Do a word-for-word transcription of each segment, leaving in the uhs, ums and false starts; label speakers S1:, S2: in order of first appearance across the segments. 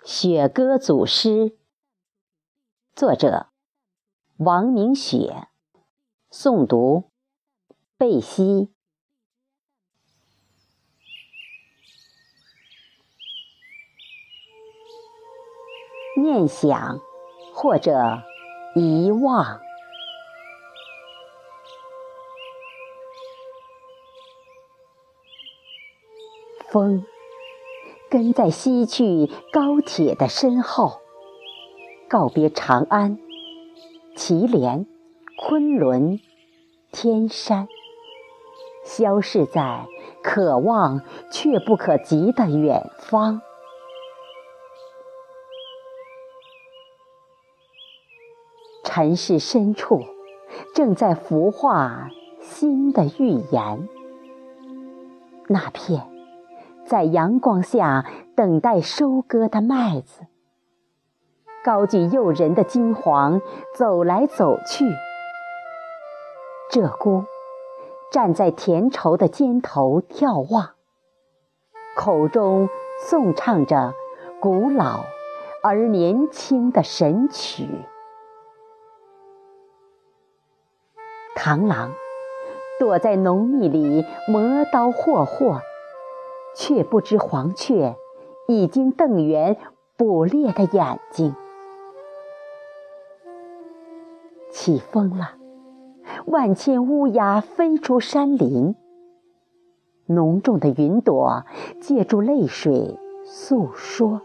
S1: 雪歌组诗，作者王明雪，诵读贝西。念想或者遗忘，风跟在西去高铁的身后，告别长安、祁连、昆仑、天山，消逝在可望却不可及的远方。尘世深处，正在孵化新的预言。那片在阳光下等待收割的麦子，高举诱人的金黄，走来走去。鹧鸪站在田畴的尖头眺望，口中颂唱着古老而年轻的神曲。螳螂躲在浓密里磨刀霍霍，却不知黄雀已经瞪圆捕猎的眼睛。起风了，万千乌鸦飞出山林，浓重的云朵借助泪水诉说。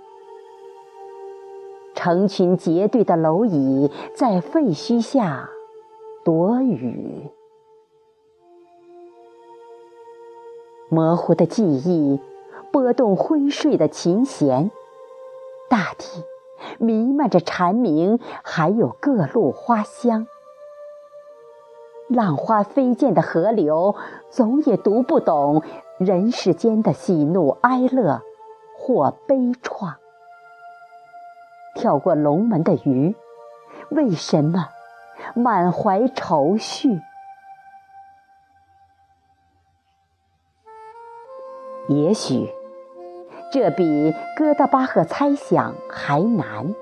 S1: 成群结队的蝼蚁在废墟下躲雨。模糊的记忆拨动昏睡的琴弦，大地弥漫着蝉鸣，还有各路花香。浪花飞溅的河流总也读不懂人世间的喜怒哀乐或悲怆。跳过龙门的鱼为什么满怀愁绪？也许这比哥德巴赫猜想还难。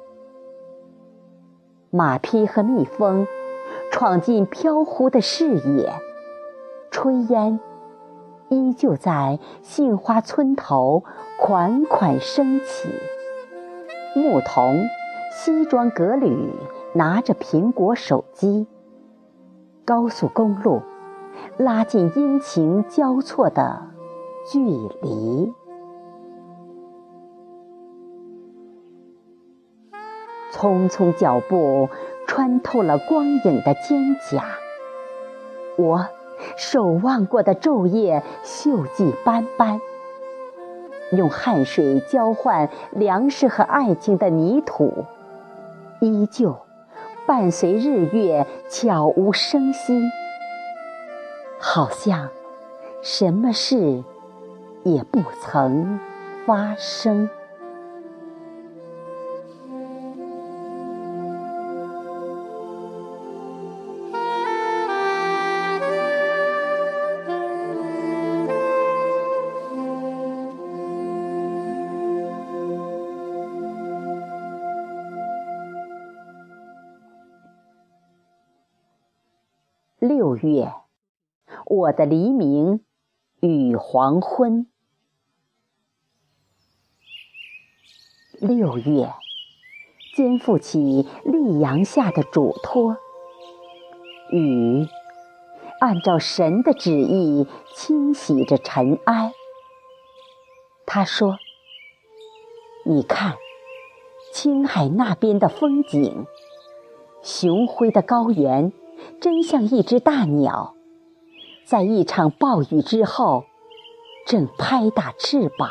S1: 马匹和蜜蜂闯进飘忽的视野，炊烟依旧在杏花村头款款升起。牧童西装革履，拿着苹果手机，高速公路拉近阴晴交错的距离。匆匆脚步穿透了光影的肩胛，我守望过的昼夜锈迹斑斑，用汗水交换粮食和爱情的泥土，依旧伴随日月悄无声息，好像什么事也不曾发生。六月，我的黎明与黄昏。六月，肩负起溧阳下的嘱托，雨按照神的旨意清洗着尘埃。他说：你看，青海那边的风景，雄辉的高原真像一只大鸟，在一场暴雨之后正拍打翅膀。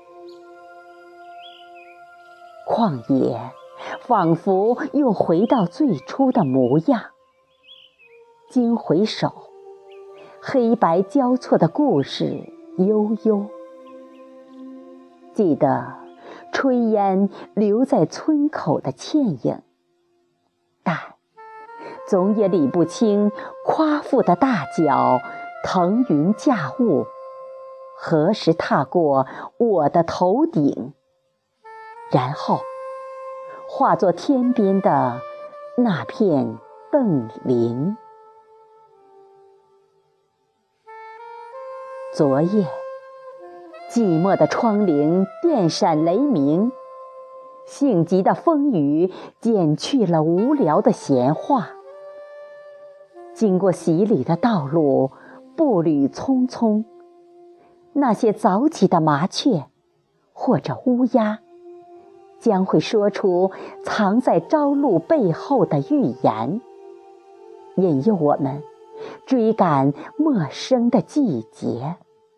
S1: 旷野仿佛又回到最初的模样。经回首，黑白交错的故事悠悠。记得炊烟留在村口的倩影，但总也理不清夸父的大脚腾云驾雾何时踏过我的头顶。 然后化作天边的那片邓林。昨夜，寂寞的窗棂电闪雷鸣，性急的风雨剪去了无聊的闲话。经过洗礼的道路，步履匆匆，那些早起的麻雀或者乌鸦，将会说出藏在朝露背后的预言，引诱我们追赶陌生的季节。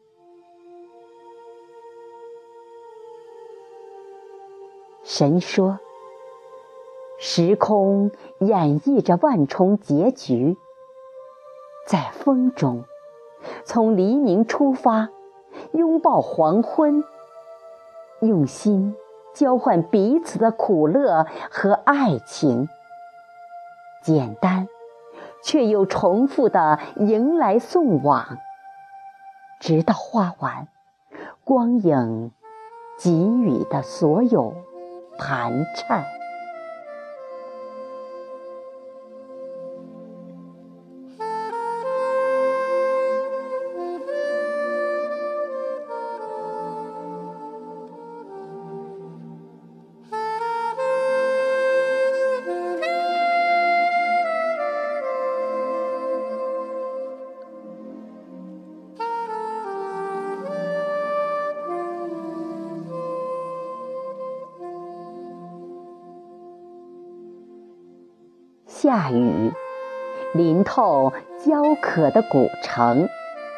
S1: 神说，时空演绎着万重结局，在风中，从黎明出发，拥抱黄昏，用心交换彼此的苦乐和爱情，简单却又重复地迎来送往，直到花完，光影给予的所有盘缠。下雨，淋透焦渴的古城。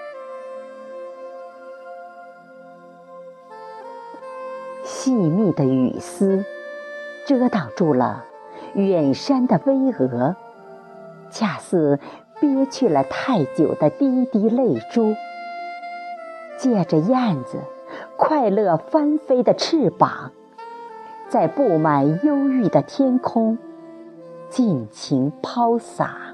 S1: 细密的雨丝遮挡住了远山的巍峨，恰似憋去了太久的滴滴泪珠，借着燕子快乐翻飞的翅膀，在布满忧郁的天空尽情抛洒。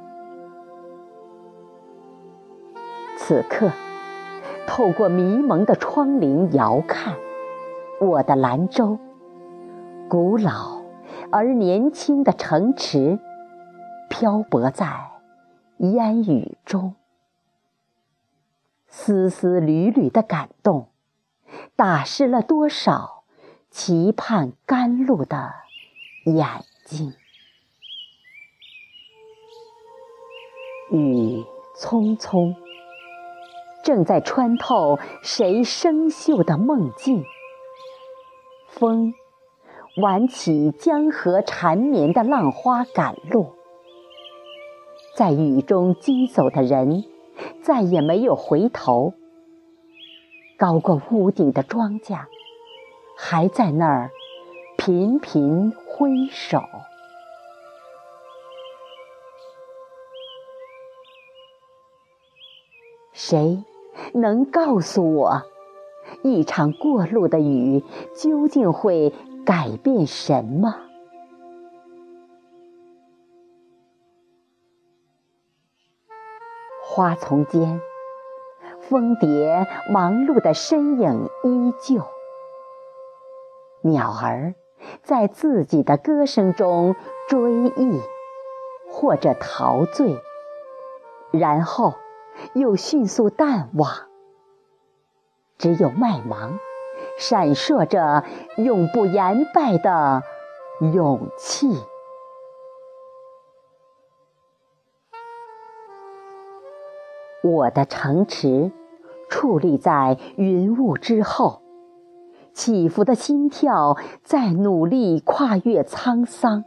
S1: 此刻，透过迷蒙的窗棂遥看，我的兰州，古老而年轻的城池，漂泊在烟雨中。丝丝缕缕的感动，打湿了多少期盼甘露的眼睛。雨匆匆，正在穿透谁生锈的梦境。风挽起江河缠绵的浪花赶路，在雨中疾走的人再也没有回头。高过屋顶的庄稼还在那儿频频挥手。谁能告诉我，一场过路的雨究竟会改变什么？花丛间，蜂蝶忙碌的身影依旧，鸟儿在自己的歌声中追忆，或者陶醉，然后又迅速淡忘。只有麦芒闪烁着永不言败的勇气。我的城池矗立在云雾之后，起伏的心跳在努力跨越沧桑。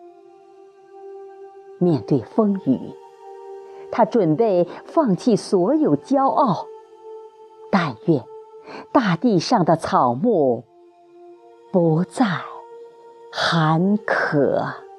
S1: 面对风雨，他准备放弃所有骄傲，但愿大地上的草木不再寒渴。